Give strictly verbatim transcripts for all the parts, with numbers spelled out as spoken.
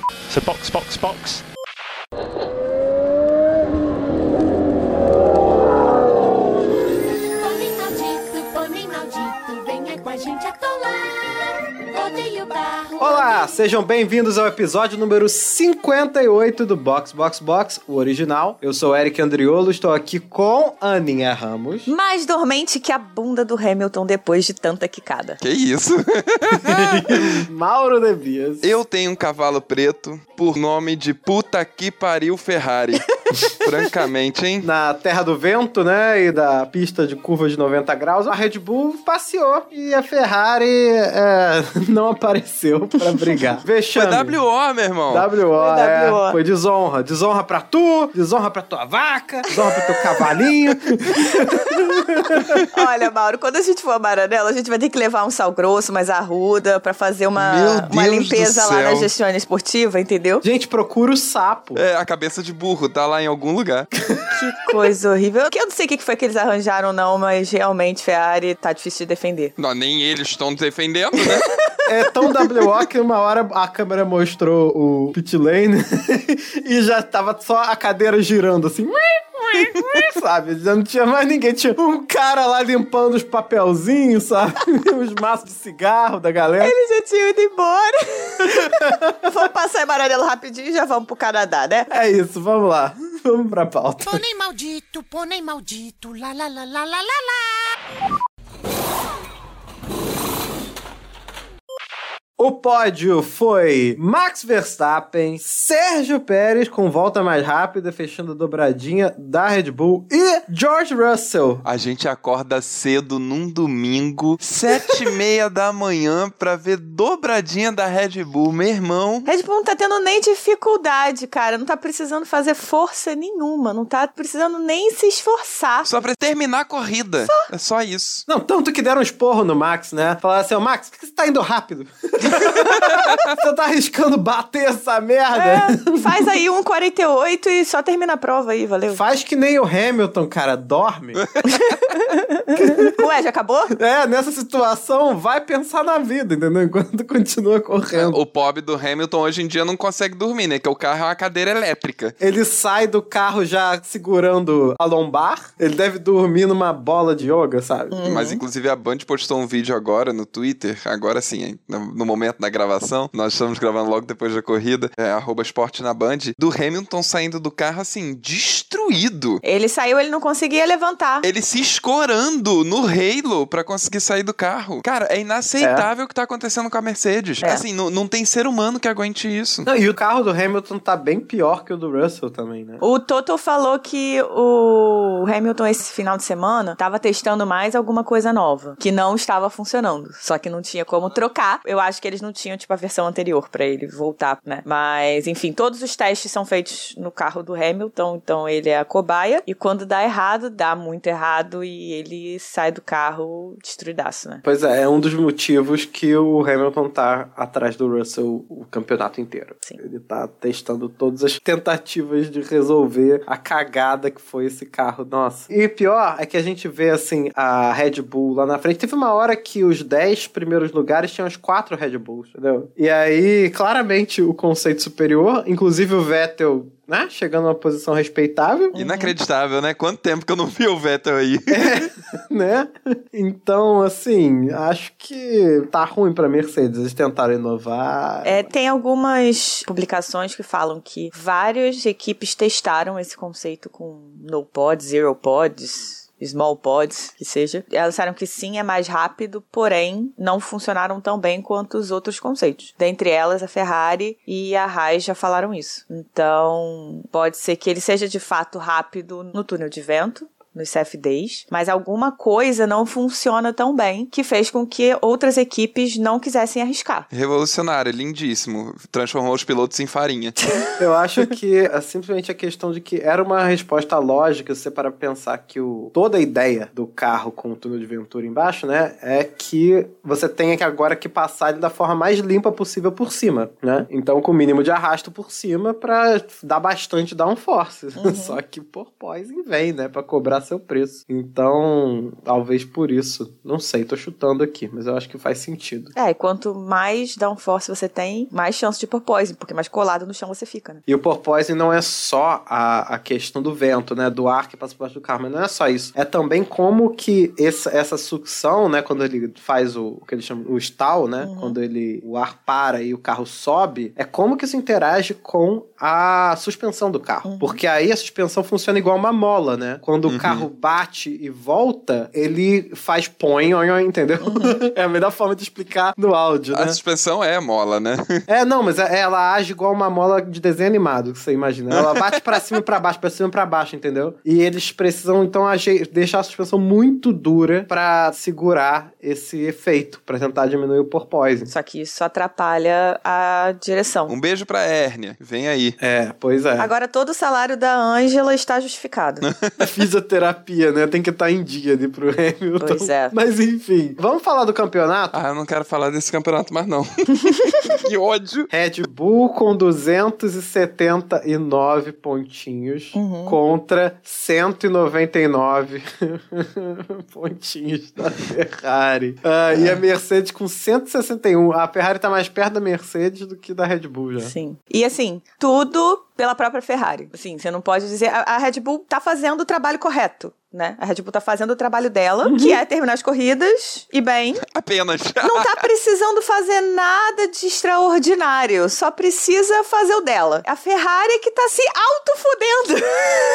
So box, box, box. Pônei maldito, pônei maldito, venha com a gente atolar. Rodeie o barro. Olá, sejam bem-vindos ao episódio número cinquenta e oito do Box, Box, Box, o original. Eu sou o Eric Andriolo, estou aqui com Aninha Ramos. Mais dormente que a bunda do Hamilton depois de tanta quicada. Que isso? Mauro Debias. Eu tenho um cavalo preto por nome de puta que pariu Ferrari. Francamente, hein? Na Terra do Vento, né, e da pista de curva de noventa graus, a Red Bull passeou e a Ferrari é, não apareceu pra brigar. Vexame. Foi W O, meu irmão. W O, Foi é. W O. Foi desonra. Desonra pra tu, desonra pra tua vaca, desonra pra teu cavalinho. Olha, Mauro, quando a gente for a Maranello, a gente vai ter que levar um sal grosso, mais arruda, pra fazer uma, Meu uma Deus limpeza do lá na céu. gestão esportiva, entendeu? Gente, procura o sapo. É, a cabeça de burro tá lá em algum lugar. Que coisa horrível. Eu não sei o que foi que eles arranjaram, não, mas realmente Ferrari tá difícil de defender. Não, nem eles estão defendendo, né? É tão W O que uma hora a câmera mostrou o pit lane e já tava só a cadeira girando assim, sabe? Já não tinha mais ninguém. Tinha um cara lá limpando os papelzinhos, sabe? Os maços de cigarro da galera. Eles já tinham ido embora. Vamos passar em Maranello rapidinho e já vamos pro Canadá, né? É isso, vamos lá. Vamos pra pauta. Pônei maldito, pônei maldito, lá, lá, lá, lá, lá, lá, lá. O pódio foi Max Verstappen, Sérgio Pérez com volta mais rápida, fechando a dobradinha da Red Bull, e George Russell. A gente acorda cedo num domingo, sete e meia da manhã, pra ver dobradinha da Red Bull. Meu irmão... Red Bull não tá tendo nem dificuldade, cara. Não tá precisando fazer força nenhuma. Não tá precisando nem se esforçar. Só pra terminar a corrida. Só. É só isso. Não, tanto que deram um esporro no Max, né? Falaram assim, ô Max, por que você tá indo rápido? Você tá arriscando bater essa merda? É, faz aí um quarenta e oito e só termina a prova aí, valeu. Faz que nem o Hamilton, cara, dorme. Ué, já acabou? É, nessa situação, vai pensar na vida, entendeu? Enquanto continua correndo. O pobre do Hamilton hoje em dia não consegue dormir, né? Que o carro é uma cadeira elétrica. Ele sai do carro já segurando a lombar. Ele deve dormir numa bola de yoga, sabe? Uhum. Mas, inclusive, a Band postou um vídeo agora no Twitter, agora sim, hein? No, no momento da gravação, nós estamos gravando logo depois da corrida, é, arroba esporte na Band, do Hamilton saindo do carro, assim, destruído. Ele saiu, ele não conseguia levantar. Ele se escorando no Halo pra conseguir sair do carro. Cara, é inaceitável o que tá acontecendo com a Mercedes. É. Assim, não, não tem ser humano que aguente isso. Não, e o carro do Hamilton tá bem pior que o do Russell também, né? O Toto falou que o Hamilton esse final de semana tava testando mais alguma coisa nova, que não estava funcionando, só que não tinha como trocar. Eu acho que eles não tinham, tipo, a versão anterior pra ele voltar, né? Mas, enfim, todos os testes são feitos no carro do Hamilton, então ele é a cobaia, e quando dá errado, dá muito errado, e ele sai do carro destruidaço, né? Pois é, é um dos motivos que o Hamilton tá atrás do Russell o campeonato inteiro. Sim. Ele tá testando todas as tentativas de resolver a cagada que foi esse carro. Nossa. E pior é que a gente vê, assim, a Red Bull lá na frente. Teve uma hora que os dez primeiros lugares tinham os quatro Red Bulls, entendeu? E aí, claramente, o conceito superior, inclusive o Vettel, né? Chegando numa posição respeitável. Inacreditável, né? Quanto tempo que eu não vi o Vettel aí. É, né? Então, assim, acho que tá ruim pra Mercedes. Eles tentaram inovar. É, tem algumas publicações que falam que várias equipes testaram esse conceito com no pod, zero pods, small pods, que seja. Elas disseram que sim, é mais rápido, porém não funcionaram tão bem quanto os outros conceitos. Dentre elas, a Ferrari e a Haas já falaram isso. Então, pode ser que ele seja de fato rápido no túnel de vento, nos C F Ds, mas alguma coisa não funciona tão bem que fez com que outras equipes não quisessem arriscar. Revolucionário, lindíssimo. Transformou os pilotos em farinha. Eu acho que é simplesmente a questão de que era uma resposta lógica, se você para pensar que o, toda a ideia do carro com o túnel de ventura embaixo, né, é que você tenha que agora que passar ele da forma mais limpa possível por cima, né? Então com o mínimo de arrasto por cima pra dar bastante downforce. Uhum. Só que por poison vem, né, pra cobrar seu preço. Então, talvez por isso. Não sei, tô chutando aqui, mas eu acho que faz sentido. É, e quanto mais downforce você tem, mais chance de porpoise, porque mais colado no chão você fica, né? E o porpoise não é só a, a questão do vento, né? Do ar que passa por baixo do carro, mas não é só isso. É também como que essa, essa sucção, né? Quando ele faz o, o que eles chamam o stall, né? Uhum. Quando ele, o ar para e o carro sobe, é como que isso interage com a suspensão do carro. Uhum. Porque aí a suspensão funciona igual uma mola, né? Quando uhum. o carro bate e volta, ele faz põe, entendeu? Uhum. É a melhor forma de explicar no áudio, a né? A suspensão é mola, né? É, não, mas ela age igual uma mola de desenho animado, que você imagina. Ela bate pra cima e pra baixo, pra cima e pra baixo, entendeu? E eles precisam, então, agir, deixar a suspensão muito dura pra segurar esse efeito, pra tentar diminuir o porpoise. Só que isso atrapalha a direção. Um beijo pra hérnia. Vem aí. É, pois é. Agora todo o salário da Ângela está justificado. A fisioterapia, né? Tem que estar em dia ali pro Hamilton. Pois é. Mas enfim. Vamos falar do campeonato? Ah, eu não quero falar desse campeonato mais não. Que ódio. Red Bull com duzentos e setenta e nove pontinhos uhum. contra cento e noventa e nove pontinhos da Ferrari. Ah, é. E a Mercedes com cento e sessenta e um. A Ferrari tá mais perto da Mercedes do que da Red Bull já. Sim. E assim, tudo pela própria Ferrari. Assim, você não pode dizer... A, a Red Bull tá fazendo o trabalho correto, né? A Red Bull tá fazendo o trabalho dela, uhum. que é terminar as corridas, e bem... Apenas. Não tá precisando fazer nada de extraordinário, só precisa fazer o dela. A Ferrari é que tá se auto-fudendo.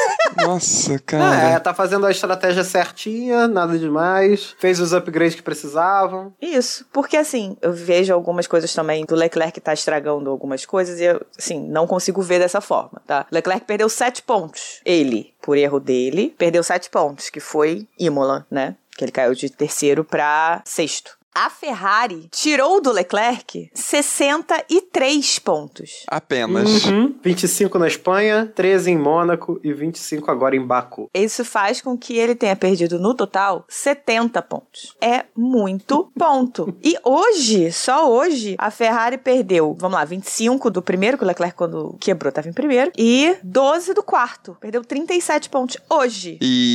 Nossa, cara. Ah, é, tá fazendo a estratégia certinha, nada demais, fez os upgrades que precisavam. Isso, porque assim, eu vejo algumas coisas também do Leclerc que tá estragando algumas coisas e eu, assim, não consigo ver dessa forma, tá? Leclerc perdeu sete pontos. Ele, por erro dele, perdeu sete pontos, que foi Imola, né? Que ele caiu de terceiro pra sexto. A Ferrari tirou do Leclerc sessenta e três pontos. Apenas. Uhum. vinte e cinco na Espanha, treze em Mônaco e vinte e cinco agora em Baku. Isso faz com que ele tenha perdido no total setenta pontos. É muito ponto. E hoje, só hoje, a Ferrari perdeu, vamos lá, vinte e cinco do primeiro, que o Leclerc quando quebrou estava em primeiro, e doze do quarto. Perdeu trinta e sete pontos hoje.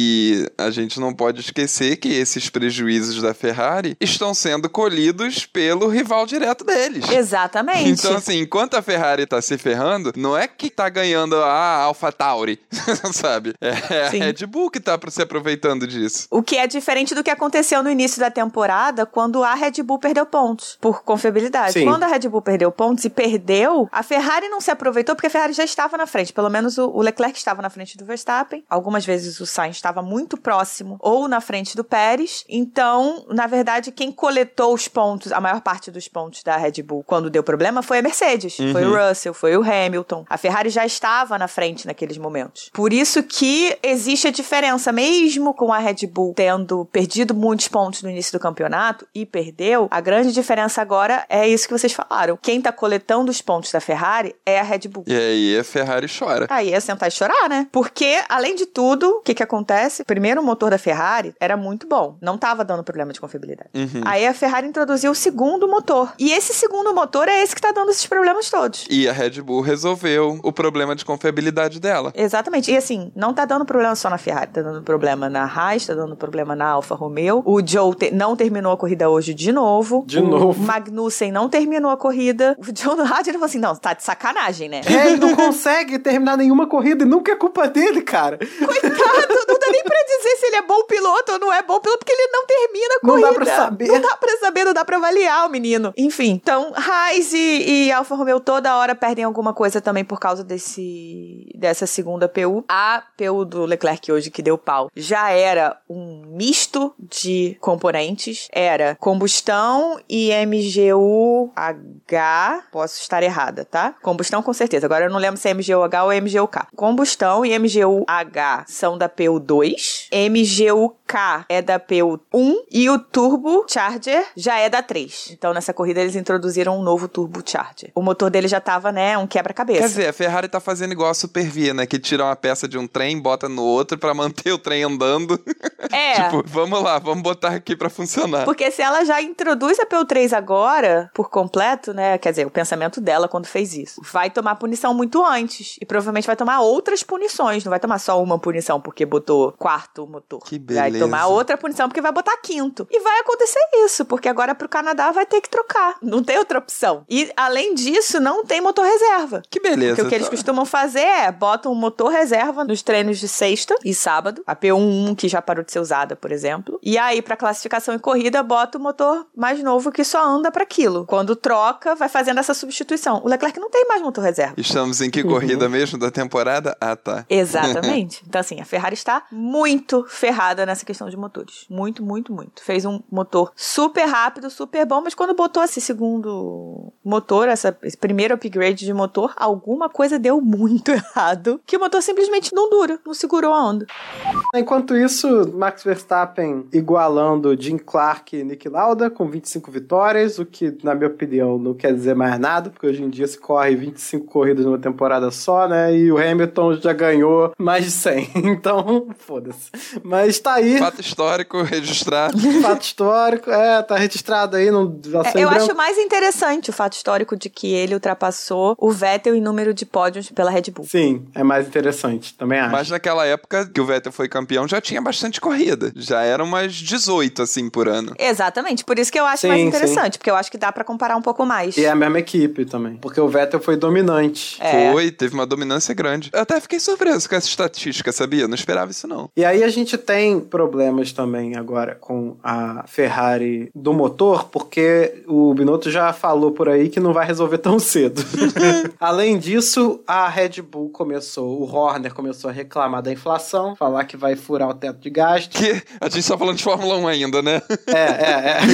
E a gente não pode esquecer que esses prejuízos da Ferrari estão sendo sendo colhidos pelo rival direto deles. Exatamente. Então, assim, enquanto a Ferrari tá se ferrando, não é que tá ganhando a AlphaTauri, sabe? É a Red Bull que tá se aproveitando disso. O que é diferente do que aconteceu no início da temporada, quando a Red Bull perdeu pontos, por confiabilidade. Sim. Quando a Red Bull perdeu pontos e perdeu, a Ferrari não se aproveitou, porque a Ferrari já estava na frente. Pelo menos o Leclerc estava na frente do Verstappen. Algumas vezes o Sainz estava muito próximo, ou na frente do Pérez. Então, na verdade, quem coletou os pontos, a maior parte dos pontos da Red Bull, quando deu problema, foi a Mercedes. Uhum. Foi o Russell, foi o Hamilton. A Ferrari já estava na frente naqueles momentos. Por isso que existe a diferença, mesmo com a Red Bull tendo perdido muitos pontos no início do campeonato e perdeu, a grande diferença agora é isso que vocês falaram. Quem tá coletando os pontos da Ferrari é a Red Bull. E aí a Ferrari chora. Aí é sentar e chorar, né? Porque, além de tudo, o que que acontece? Primeiro, o motor da Ferrari era muito bom. Não tava dando problema de confiabilidade. Uhum. Aí a Ferrari introduziu o segundo motor. E esse segundo motor é esse que tá dando esses problemas todos. E a Red Bull resolveu o problema de confiabilidade dela. Exatamente. E assim, não tá dando problema só na Ferrari, tá dando problema na Haas, tá dando problema na Alfa Romeo. O Joe te- não terminou a corrida hoje de novo. De o novo. Magnussen não terminou a corrida. O John Hardy falou assim, não, tá de sacanagem, né? É, ele não consegue terminar nenhuma corrida e nunca é culpa dele, cara. Coitado, não dá nem pra dizer se ele é bom piloto ou não é bom piloto, porque ele não termina a corrida. Não dá pra saber. Não dá pra saber, não dá pra avaliar o menino. Enfim, então, Haas e, e Alfa Romeo toda hora perdem alguma coisa também por causa desse, dessa segunda P U. A P U do Leclerc hoje, que deu pau, já era um misto de componentes. Era combustão e M G U H. Posso estar errada, tá? Combustão com certeza. Agora eu não lembro se é M G U H ou M G U K. Combustão e M G U H são da P U dois. M G U K é da P um e o Turbo Charger já é da três. Então, nessa corrida, eles introduziram um novo Turbo Charger. O motor dele já tava, né, um quebra-cabeça. Quer dizer, a Ferrari tá fazendo igual a Supervia, né? Que tira uma peça de um trem, bota no outro pra manter o trem andando. É. Tipo, vamos lá, vamos botar aqui pra funcionar. Porque se ela já introduz a P U três agora, por completo, né? Quer dizer, o pensamento dela quando fez isso. Vai tomar punição muito antes. E provavelmente vai tomar outras punições. Não vai tomar só uma punição porque botou quarto motor. Que beleza. Vai tomar outra punição porque vai botar quinto. E vai acontecer isso, porque agora pro Canadá vai ter que trocar. Não tem outra opção. E, além disso, não tem motor reserva. Que beleza. Porque o que eles costumam fazer é, botam um motor reserva nos treinos de sexta e sábado. A P um, que já parou de ser usada, por exemplo. E aí, pra classificação e corrida, bota o motor mais novo que só anda pra aquilo. Quando troca, vai fazendo essa substituição. O Leclerc não tem mais motor reserva. Estamos em que corrida mesmo da temporada? Ah, tá. Exatamente. Então, assim, a Ferrari está muito ferrada nessa questão de motores. Muito, muito, muito. Fez um motor super rápido, super bom, mas quando botou esse segundo motor, essa, esse primeiro upgrade de motor, alguma coisa deu muito errado, que o motor simplesmente não dura, não segurou a onda. Enquanto isso, Max Verstappen igualando Jim Clark e Niki Lauda com vinte e cinco vitórias, o que, na minha opinião, não quer dizer mais nada, porque hoje em dia se corre vinte e cinco corridas numa temporada só, né? E o Hamilton já ganhou mais de cem. Então, foda-se. Mas tá aí. Fato histórico registrado. Fato histórico, é, tá registrado aí. Não, é, eu acho mais interessante o fato histórico de que ele ultrapassou o Vettel em número de pódios pela Red Bull. Sim, é mais interessante, também acho. Mas naquela época que o Vettel foi campeão, já tinha bastante corrida. Já eram umas dezoito, assim, por ano. Exatamente, por isso que eu acho sim, mais interessante, sim. porque eu acho que dá pra comparar um pouco mais. E é a mesma equipe também, porque o Vettel foi dominante. É. Foi, teve uma dominância grande. Eu até fiquei surpreso com essa estatística, sabia? Não esperava isso, não. E aí a gente tem problemas também agora com a Ferrari do motor, porque o Binotto já falou por aí que não vai resolver tão cedo. Além disso, a Red Bull começou, o Horner começou a reclamar da inflação, falar que vai furar o teto de gastos. Que a gente tá falando de Fórmula um ainda, né? É, é, é.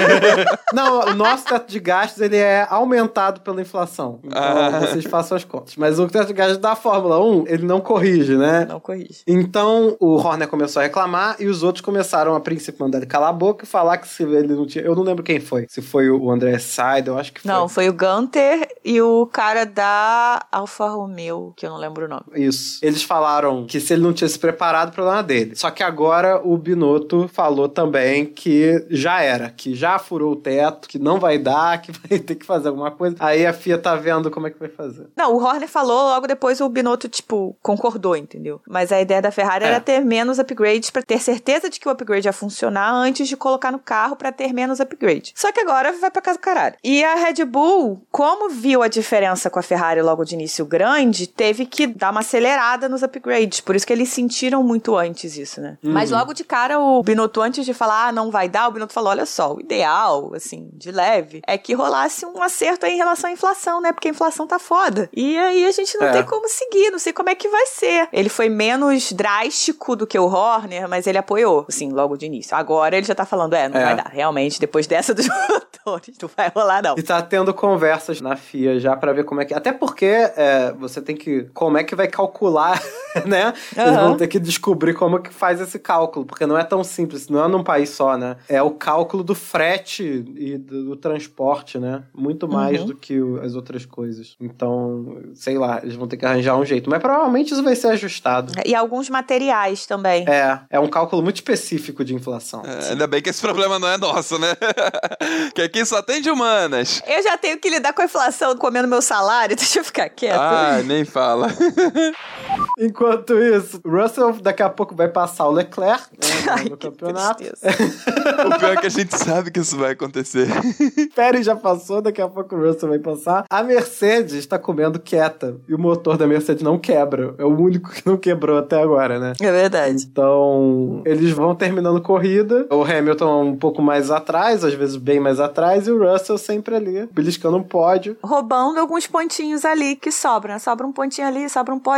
Não, o nosso teto de gastos, ele é aumentado pela inflação. Então, ah. vocês façam as contas. Mas o teto de gastos da Fórmula um, ele não corrige, né? Não corrige. Então, o Horner começou a reclamar e os outros começaram, a princípio, mandar ele calar a boca e falar que se ele não tinha... Eu não lembro quem foi. Se foi o André Seidel, eu acho que foi. Não, foi o Gunter e o cara da Alfa Romeo, que eu não lembro o nome. Isso. Eles falaram que se ele não tinha se preparado, o problema dele. Só que agora o Binotto falou também que já era, que já furou o teto, que não vai dar, que vai ter que fazer alguma coisa. Aí a F I A tá vendo como é que vai fazer. Não, o Horner falou, logo depois o Binotto, tipo, concordou, entendeu? Mas a ideia da Ferrari é. era ter menos upgrades pra ter certeza de que o upgrade ia funcionar antes de colocar no carro pra ter menos upgrade. Só que agora vai pra casa do caralho. E a Red Bull, como viu a diferença com a Ferrari logo de início grande, teve que dar uma acelerada nos upgrades. Por isso que eles sentiram muito antes isso, né? Uhum. Mas logo de cara, o Binotto, antes de falar, ah, não vai dar, o Binotto falou, olha só, o ideal, assim, de leve, é que rolasse um acerto aí em relação à inflação, né? Porque a inflação tá foda. E aí a gente não é. tem como seguir, não sei como é que vai ser. Ele foi menos drástico do que o Horner, mas ele apoiou, assim, logo de início. Agora ele já tá falando, é, não é. vai dar. Realmente, depois dessa dos motores, não vai rolar, não. E tá tendo conversas na F I A já pra ver como é que... Até porque é, você tem que... Como é que vai calcular, né? Uhum. Eles vão ter que descobrir como é que faz esse cálculo, porque não é tão simples, não é num país só, né? É o cálculo do frete e do, do transporte, né? Muito mais uhum. do que o, as outras coisas. Então, sei lá, eles vão ter que arranjar um jeito. Mas provavelmente isso vai ser ajustado. E alguns materiais também. É, é um cálculo muito específico de inflação. É, ainda bem que esse problema não é nosso, né? Que aqui só tem de humanas. Eu já tenho que lidar com a inflação comendo meu salário, deixa eu ficar quieto. Ah, nem fala. Enquanto isso, o Russell daqui a pouco vai passar o Leclerc, né, Ai, no campeonato. O pior é que a gente sabe que isso vai acontecer. Pérez já passou, daqui a pouco o Russell vai passar. A Mercedes está comendo quieta e o motor da Mercedes não quebra. É o único que não quebrou até agora, né? É verdade. Então, eles vão terminando corrida. O Hamilton um pouco mais atrás, às vezes bem mais atrás, e o Russell sempre ali, beliscando um pódio. Roubando alguns pontinhos ali que sobram. Sobra um pontinho ali, sobra um pódio aqui,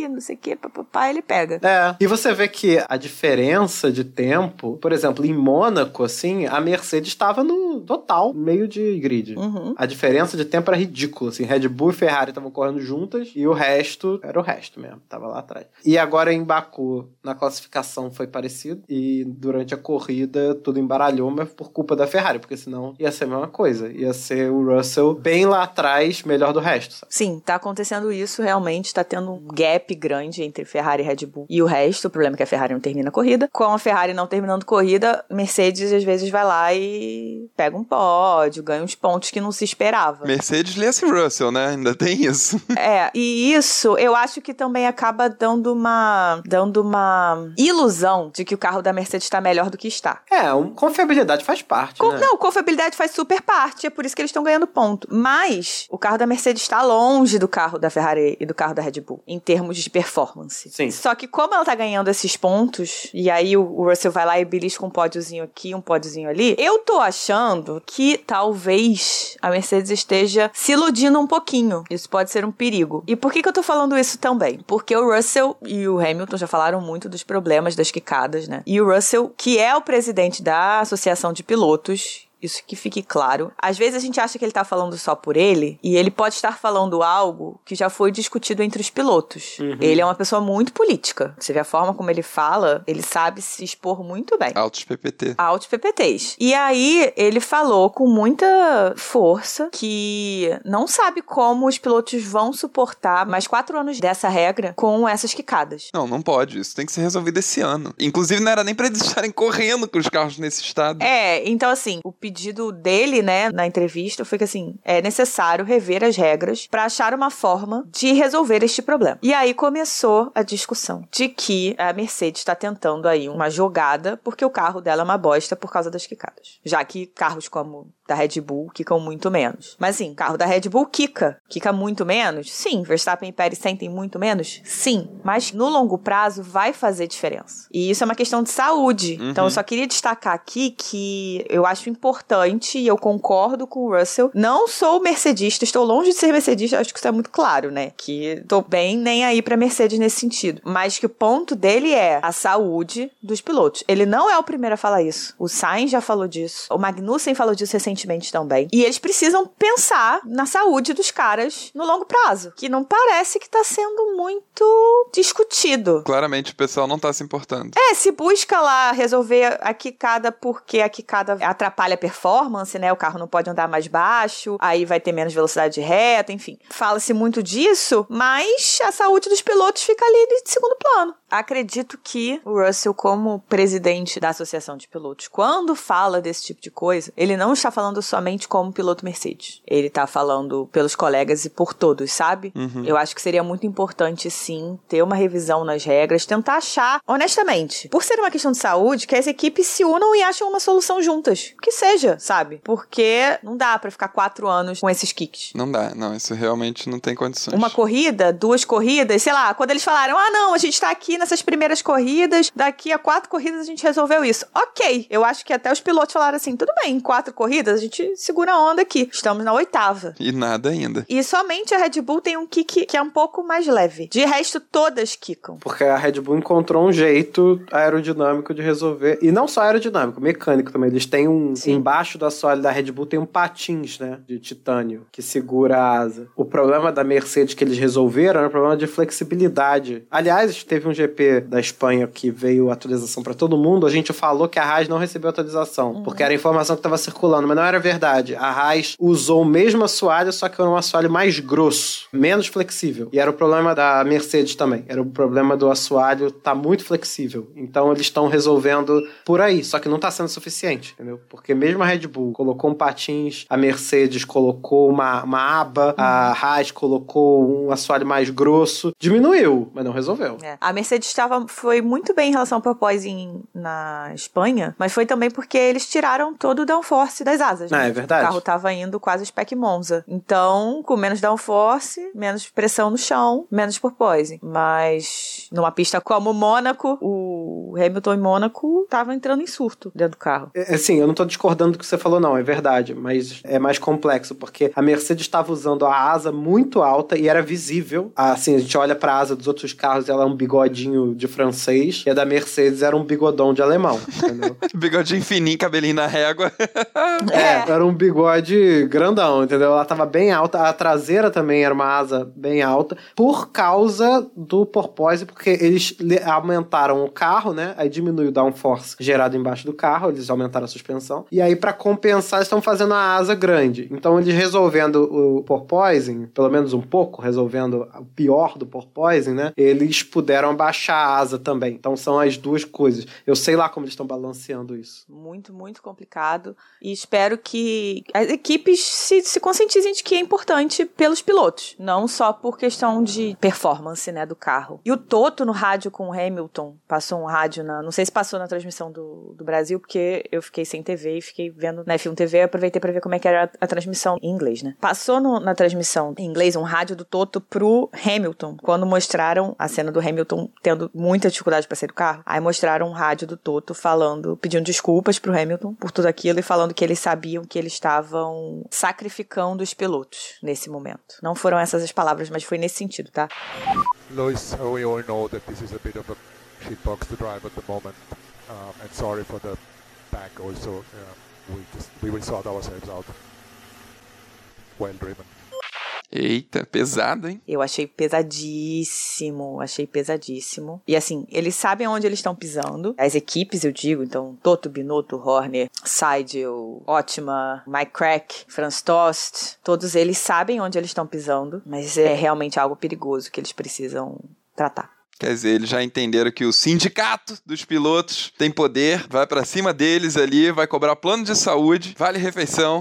aqui, não sei o que, papapá, ele pega. É, e você vê que a diferença de tempo, por exemplo, em Mônaco, assim, a Mercedes estava no total, meio de grid. Uhum. A diferença de tempo era ridícula, assim, Red Bull e Ferrari estavam correndo juntas e o resto era o resto mesmo, tava lá atrás. E agora em Baku, na classificação foi parecido e durante a corrida tudo embaralhou, mas por culpa da Ferrari, porque senão ia ser a mesma coisa, ia ser o Russell bem lá atrás, melhor do resto, sabe? Sim, tá acontecendo isso realmente, tá tendo um gap grande entre Ferrari e Red Bull e o resto. O problema é que a Ferrari não termina a corrida. Com a Ferrari não terminando corrida, Mercedes às vezes vai lá e pega um pódio, ganha uns pontos que não se esperava. Mercedes Lance Russell, né? Ainda tem isso. É, e isso eu acho que também acaba dando uma dando uma ilusão de que o carro da Mercedes tá melhor do que está. É, um, confiabilidade faz parte, Com, né? Não, confiabilidade faz super parte, é por isso que eles estão ganhando ponto. Mas o carro da Mercedes está longe do carro da Ferrari e do carro da Red Bull, em termos de performance. Sim. Só que como ela tá ganhando esses pontos, e aí o, o Russell vai lá e belisca um pódiozinho aqui, um pódiozinho ali, eu tô achando que talvez a Mercedes esteja se iludindo um pouquinho. Isso pode ser um perigo. E por que que eu tô falando isso também? Porque o Russell e o Hamilton já falaram muito dos problemas das quicadas, né? E o Russell, que é o presidente da Associação de Pilotos, isso que fique claro. Às vezes a gente acha que ele tá falando só por ele, e ele pode estar falando algo que já foi discutido entre os pilotos. Uhum. Ele é uma pessoa muito política. Você vê a forma como ele fala, ele sabe se expor muito bem. Altos P P T. Altos P P Ts. E aí, ele falou com muita força que não sabe como os pilotos vão suportar mais quatro anos dessa regra com essas quicadas. Não, não pode. Isso tem que ser resolvido esse ano. Inclusive, não era nem pra eles estarem correndo com os carros nesse estado. É, então assim, o pedido dele, né, na entrevista foi que assim, é necessário rever as regras para achar uma forma de resolver este problema. E aí começou a discussão de que a Mercedes está tentando aí uma jogada porque o carro dela é uma bosta por causa das quicadas. Já que carros como da Red Bull quicam muito menos. Mas assim, carro da Red Bull quica. Quica muito menos? Sim. Verstappen e Pérez sentem muito menos? Sim. Mas no longo prazo vai fazer diferença. E isso é uma questão de saúde. Uhum. Então eu só queria destacar aqui que eu acho importante e eu concordo com o Russell. Não sou mercedista, estou longe de ser mercedista, acho que isso é muito claro, né? Que tô bem nem aí pra Mercedes nesse sentido. Mas que o ponto dele é a saúde dos pilotos. Ele não é o primeiro a falar isso. O Sainz já falou disso. O Magnussen falou disso recentemente também. E eles precisam pensar na saúde dos caras no longo prazo, que não parece que tá sendo muito discutido. Claramente o pessoal não tá se importando. É, se busca lá resolver a quicada porque a quicada atrapalha a performance, né? O carro não pode andar mais baixo, aí vai ter menos velocidade de reta, enfim. Fala-se muito disso, mas a saúde dos pilotos fica ali de segundo plano. Acredito que o Russell, como presidente da Associação de Pilotos, quando fala desse tipo de coisa, ele não está falando somente como piloto Mercedes. Ele está falando pelos colegas e por todos, sabe? Uhum. Eu acho que seria muito importante, sim, ter uma revisão nas regras, tentar achar, honestamente, por ser uma questão de saúde, que as equipes se unam e acham uma solução juntas. Que seja, sabe? Porque não dá pra ficar quatro anos com esses kicks. Não dá, não. Isso realmente não tem condições. Uma corrida, duas corridas, sei lá, quando eles falaram, ah, não, a gente tá aqui nessas primeiras corridas, daqui a quatro corridas a gente resolveu isso. Ok, eu acho que até os pilotos falaram assim, tudo bem, em quatro corridas a gente segura a onda aqui. Estamos na oitava. E nada ainda. E somente a Red Bull tem um kick que é um pouco mais leve. De resto, todas quicam. Porque a Red Bull encontrou um jeito aerodinâmico de resolver. E não só aerodinâmico, mecânico também. Eles têm um... Sim. Embaixo do assoalho da Red Bull tem um patins, né? De titânio, que segura a asa. O problema da Mercedes que eles resolveram era um problema de flexibilidade. Aliás, teve um G P da Espanha que veio atualização pra todo mundo. A gente falou que a Haas não recebeu atualização. Uhum. Porque era a informação que estava circulando. Mas não era verdade. A Haas usou o mesmo assoalho, só que era um assoalho mais grosso. Menos flexível. E era o problema da Mercedes também. Era o problema do assoalho tá muito flexível. Então eles estão resolvendo por aí. Só que não tá sendo suficiente, entendeu? Porque mesmo a Red Bull colocou um patins, a Mercedes colocou uma, uma aba, a Haas colocou um assoalho mais grosso. Diminuiu, mas não resolveu. É. A Mercedes tava, foi muito bem em relação ao porpoising na Espanha, mas foi também porque eles tiraram todo o downforce das asas. asas. Ah, né? é verdade. O carro tava indo quase spec Monza. Então, com menos downforce, menos pressão no chão, menos porpoise. Mas numa pista como Mônaco, o Hamilton em Mônaco tava entrando em surto dentro do carro. É, assim, eu não tô discordando do que você falou, não, é verdade, mas é mais complexo, porque a Mercedes estava usando a asa muito alta e era visível. Assim, a gente olha pra asa dos outros carros, ela é um bigodinho de francês, e a da Mercedes era um bigodão de alemão, entendeu? Bigodinho fininho, cabelinho na régua. É, era um bigode grandão, entendeu? Ela tava bem alta, a traseira também era uma asa bem alta, por causa do porpoise, porque eles aumentaram o carro, né? Aí diminuiu o downforce gerado embaixo do carro, eles aumentaram a suspensão, e aí pra compensar eles estão fazendo a asa grande. Então eles resolvendo o porpoising, pelo menos um pouco, resolvendo o pior do porpoising, né? Eles puderam abaixar a asa também. Então são as duas coisas. Eu sei lá como eles estão balanceando isso. Muito, muito complicado. E espero que as equipes se, se conscientizem de que é importante pelos pilotos. Não só por questão de performance, né, do carro. E o Toto no rádio com o Hamilton, passou um rádio na... Não sei se passou na transmissão do, do Brasil, porque eu fiquei sem T V e fiquei vendo na F um T V, eu aproveitei pra ver como é que era a, a transmissão em inglês, né? Passou no, na transmissão em inglês um rádio do Toto pro Hamilton, quando mostraram a cena do Hamilton tendo muita dificuldade pra sair do carro. Aí mostraram um rádio do Toto falando, pedindo desculpas pro Hamilton por tudo aquilo e falando que eles sabiam que eles estavam sacrificando os pilotos nesse momento. Não foram essas as palavras, mas foi nesse sentido, tá? Lewis, we all know that this is a bit of a shitbox to drive at the moment, um, and sorry for the back also. Uh, we just we will sort ourselves out. Well driven. Eita, pesado, hein? Eu achei pesadíssimo, achei pesadíssimo. E assim, eles sabem onde eles estão pisando. As equipes, eu digo, então, Toto, Binotto, Horner, Seidel, Otmar, Mike Crack, Franz Tost, todos eles sabem onde eles estão pisando, mas é realmente algo perigoso que eles precisam tratar. Quer dizer, eles já entenderam que o sindicato dos pilotos tem poder, vai pra cima deles ali, vai cobrar plano de saúde, vale refeição.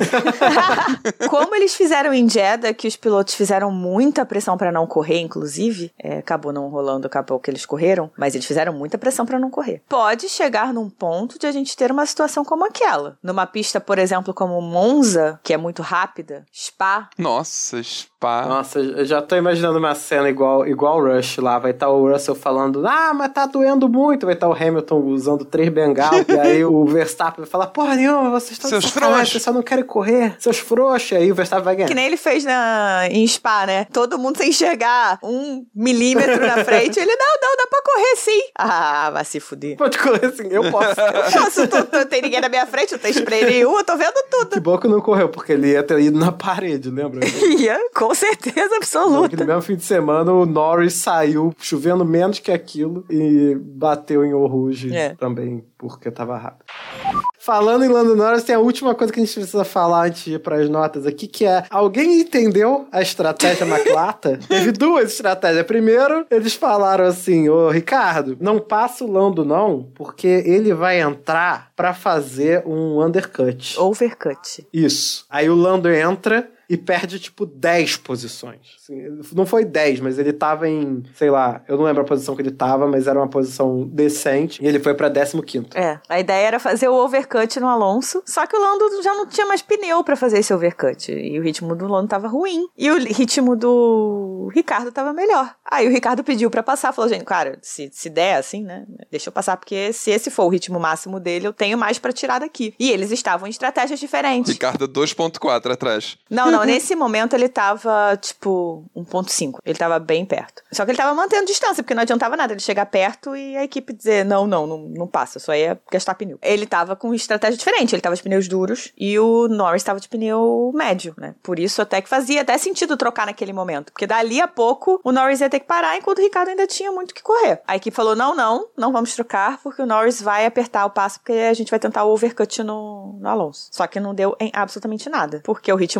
Como eles fizeram em Jeddah, que os pilotos fizeram muita pressão pra não correr, inclusive, é, acabou não rolando, acabou que eles correram, mas eles fizeram muita pressão pra não correr. Pode chegar num ponto de a gente ter uma situação como aquela. Numa pista, por exemplo, como Monza, que é muito rápida, Spa. Nossa, Spa. Nossa, eu já tô imaginando uma cena igual, igual o Rush lá, vai estar o Russell falando, ah, mas tá doendo muito, vai estar o Hamilton usando três bengalas, e aí o Verstappen vai falar, porra nenhuma, vocês estão seus de sacanagem, frouxos, vocês só não querem correr, seus frouxos, aí o Verstappen vai ganhar. Que nem ele fez na, em Spa, né? Todo mundo sem enxergar um milímetro na frente, ele, não, não, dá pra correr sim. Ah, vai se fuder. Pode correr assim, eu posso. Eu posso, tô, tô, não tem ninguém na minha frente, não tem spray nenhum, eu tô vendo tudo. Que bom que não correu, porque ele ia ter ido na parede, lembra? Ia, com certeza absoluta. No mesmo fim de semana, o Norris saiu chovendo menos que aquilo e bateu em Eau Rouge é. também, porque tava rápido. Falando em Lando Norris, tem a última coisa que a gente precisa falar antes de ir para as notas aqui, que é, alguém entendeu a estratégia McLaren? Teve duas estratégias. Primeiro, eles falaram assim, ô Ricardo, não passa o Lando não, porque ele vai entrar pra fazer um undercut. Overcut. Isso. Aí o Lando entra e perde, tipo, dez posições. Assim, não foi dez, mas ele tava em, sei lá, eu não lembro a posição que ele tava, mas era uma posição decente, e ele foi pra décimo quinto. É, a ideia era fazer o overcut no Alonso, só que o Lando já não tinha mais pneu pra fazer esse overcut, e o ritmo do Lando tava ruim, e o ritmo do Ricardo tava melhor. Aí o Ricardo pediu pra passar, falou, gente, cara, se, se der assim, né, deixa eu passar, porque se esse for o ritmo máximo dele, eu tenho mais pra tirar daqui. E eles estavam em estratégias diferentes. Ricardo dois ponto quatro atrás. Não, não, nesse momento ele tava, tipo, um ponto cinco. Ele tava bem perto. Só que ele tava mantendo distância, porque não adiantava nada ele chegar perto e a equipe dizer, não, não, não, não passa, só ia gastar pneu. Ele tava com estratégia diferente, ele tava de pneus duros e o Norris tava de pneu médio, né? Por isso até que fazia até sentido trocar naquele momento, porque dali a pouco o Norris ia ter que parar, enquanto o Ricardo ainda tinha muito o que correr. A equipe falou, não, não, não vamos trocar, porque o Norris vai apertar o passo, porque a gente vai tentar o overcut no, no Alonso. Só que não deu em absolutamente nada, porque o ritmo do Norris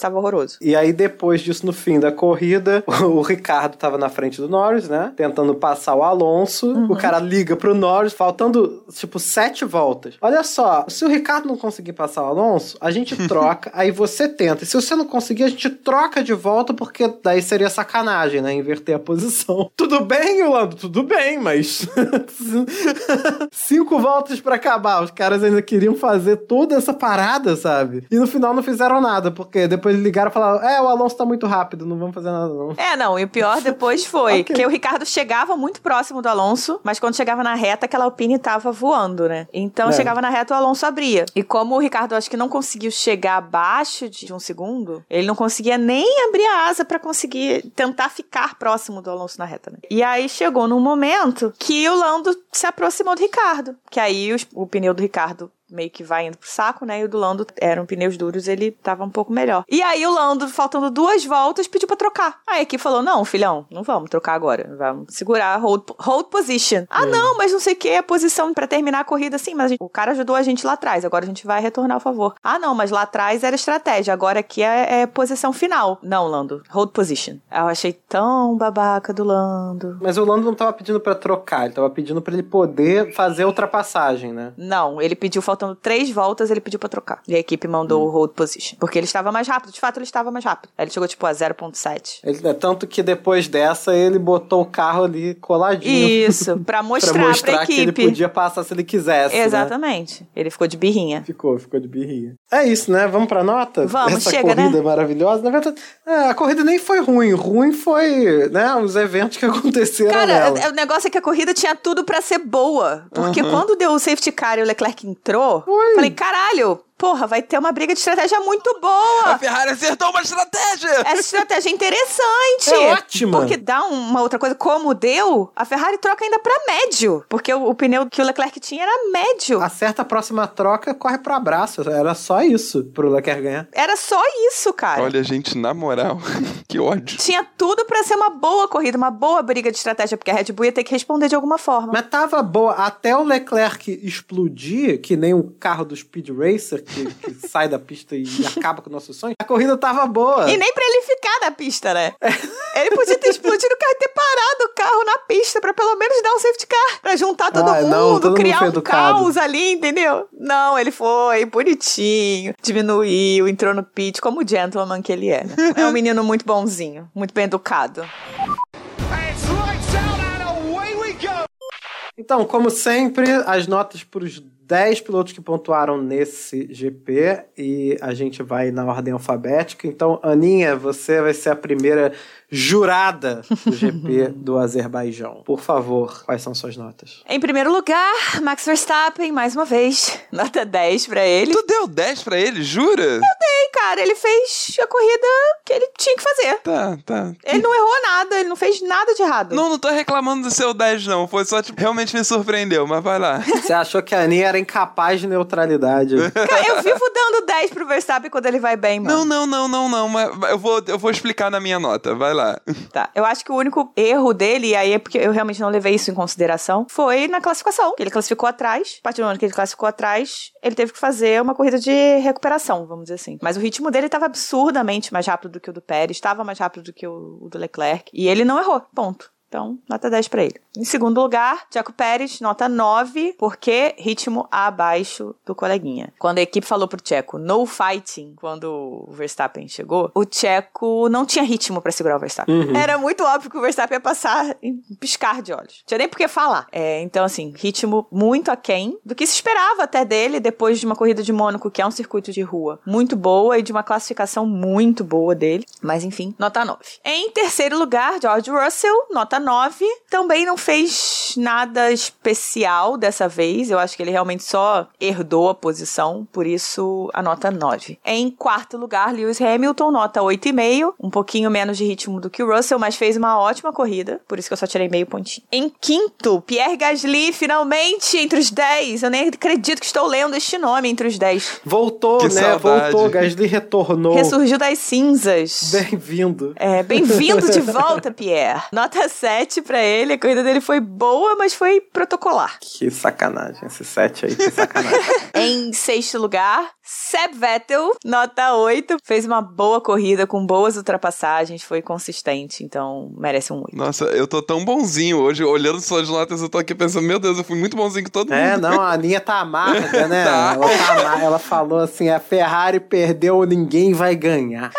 estava horroroso. E aí, depois disso, no fim da corrida, o Ricardo tava na frente do Norris, né? Tentando passar o Alonso. Uhum. O cara liga pro Norris, faltando, tipo, sete voltas. Olha só, se o Ricardo não conseguir passar o Alonso, a gente troca, aí você tenta. E se você não conseguir, a gente troca de volta, porque daí seria sacanagem, né? Inverter a posição. Tudo bem, Yolando? Tudo bem, mas... Cinco voltas pra acabar. Os caras ainda queriam fazer toda essa parada, sabe? E no final não fizeram nada, porque depois ligaram e falaram, é, o Alonso tá muito rápido, não vamos fazer nada não. É, não, e o pior depois foi okay. que o Ricardo chegava muito próximo do Alonso, mas quando chegava na reta, aquela Alpine tava voando, né? Então é. chegava na reta, o Alonso abria. E como o Ricardo acho que não conseguiu chegar abaixo de um segundo, ele não conseguia nem abrir a asa pra conseguir tentar ficar próximo do Alonso na reta, né? E aí chegou num momento que o Lando se aproximou do Ricardo, que aí os, o pneu do Ricardo meio que vai indo pro saco, né? E o do Lando eram pneus duros, ele tava um pouco melhor. E aí o Lando, faltando duas voltas, pediu pra trocar. Aí a equipe falou, não, filhão, não vamos trocar agora. Vamos segurar hold, hold position. Ah, hum. não, mas não sei o que, a posição pra terminar a corrida, sim, mas a gente, o cara ajudou a gente lá atrás, agora a gente vai retornar ao favor. Ah, não, mas lá atrás era estratégia, agora aqui é, é posição final. Não, Lando, hold position. Eu achei tão babaca do Lando. Mas o Lando não tava pedindo pra trocar, ele tava pedindo pra ele poder fazer a ultrapassagem, né? Não, ele pediu faltando três voltas, ele pediu pra trocar. E a equipe mandou hum. o hold position. Porque ele estava mais rápido. De fato, ele estava mais rápido. Aí ele chegou, tipo, a zero ponto sete. Ele, tanto que depois dessa, ele botou o carro ali coladinho. Isso, pra mostrar, pra, mostrar pra equipe. Que ele podia passar se ele quisesse. Exatamente. Né? Ele ficou de birrinha. Ficou, ficou de birrinha. É isso, né? Vamos pra nota? Vamos, Essa chega, corrida né? maravilhosa. Na verdade, é, a corrida nem foi ruim. Ruim foi, né, os eventos que aconteceram Cara, nela. o negócio é que a corrida tinha tudo pra ser boa. Porque uhum. quando deu o safety car e o Leclerc entrou, Oi. falei, caralho, porra, vai ter uma briga de estratégia muito boa. A Ferrari acertou uma estratégia. Essa estratégia é interessante. É ótima. Porque dá uma outra coisa, como deu, a Ferrari troca ainda pra médio. Porque o, o pneu que o Leclerc tinha era médio. Acerta a próxima troca, corre pro abraço. Era só isso pro Leclerc ganhar. Era só isso, cara. Olha, gente, na moral, que ódio. Tinha tudo pra ser uma boa corrida, uma boa briga de estratégia, porque a Red Bull ia ter que responder de alguma forma. Mas tava boa. Até o Leclerc explodir, que nem o carro do Speed Racer, que, que sai da pista e acaba com o nosso sonho, a corrida tava boa. E nem pra ele ficar na pista, né? É. Ele podia ter explodido o carro e ter parado o carro na pista pra pelo menos dar um safety car, pra juntar todo ah, mundo, não, todo criar mundo um caos ali, entendeu? Não, ele foi bonitinho, diminuiu, entrou no pit como o gentleman que ele é, né? É um menino muito bonzinho, muito bem educado. Então, como sempre, as notas pros dez pilotos que pontuaram nesse G P e a gente vai na ordem alfabética. Então, Aninha, você vai ser a primeira jurada do G P do Azerbaijão. Por favor, quais são suas notas? Em primeiro lugar, Max Verstappen, mais uma vez. Nota dez pra ele. Tu deu dez pra ele, jura? Eu dei, cara. Ele fez a corrida que ele tinha que fazer. Tá, tá. Ele não errou nada, ele não fez nada de errado. Não, não tô reclamando do seu dez, não. Foi só, tipo, realmente me surpreendeu, mas vai lá. Você achou que a Aninha era incapaz de neutralidade? Cara, eu vivo dando dez pro Verstappen quando ele vai bem, mano. Não, não, não, não, não. Mas eu vou, eu vou explicar na minha nota. Vai lá. Tá, eu acho que o único erro dele, e aí é porque eu realmente não levei isso em consideração, foi na classificação, que ele classificou atrás. A partir do momento que ele classificou atrás, ele teve que fazer uma corrida de recuperação, vamos dizer assim. Mas o ritmo dele estava absurdamente mais rápido do que o do Pérez, estava mais rápido do que o, o do Leclerc, e ele não errou, ponto. Então, nota dez pra ele. Em segundo lugar, Checo Pérez, nota nove, porque ritmo abaixo do coleguinha. Quando a equipe falou pro Checo, no fighting, quando o Verstappen chegou, o Checo não tinha ritmo pra segurar o Verstappen. Uhum. Era muito óbvio que o Verstappen ia passar em piscar de olhos. Não tinha nem por que falar. É, então, assim, ritmo muito aquém do que se esperava até dele depois de uma corrida de Mônaco, que é um circuito de rua muito boa e de uma classificação muito boa dele. Mas, enfim, nota nove. Em terceiro lugar, George Russell, nota nove, também não fez nada especial dessa vez, eu acho que ele realmente só herdou a posição, por isso a nota nove. Em quarto lugar, Lewis Hamilton, nota oito e meio, um pouquinho menos de ritmo do que o Russell, mas fez uma ótima corrida, por isso que eu só tirei meio pontinho. Em quinto, Pierre Gasly, finalmente entre os dez, eu nem acredito que estou lendo este nome entre os dez. Voltou, que né? Saudade. Voltou, Gasly retornou. Ressurgiu das cinzas. Bem-vindo. É, bem-vindo de volta, Pierre. Nota sete pra ele, a corrida dele foi boa, mas foi protocolar. Que sacanagem, esse sete aí, que sacanagem. Em sexto lugar, Seb Vettel, nota oito. Fez uma boa corrida com boas ultrapassagens, foi consistente, então merece um oito. Nossa, eu tô tão bonzinho hoje, olhando suas notas, eu tô aqui pensando, meu Deus, eu fui muito bonzinho com todo mundo. É, não, a Aninha tá amarga, né? Tá. Ela, tá amarga, ela falou assim, a Ferrari perdeu, ninguém vai ganhar.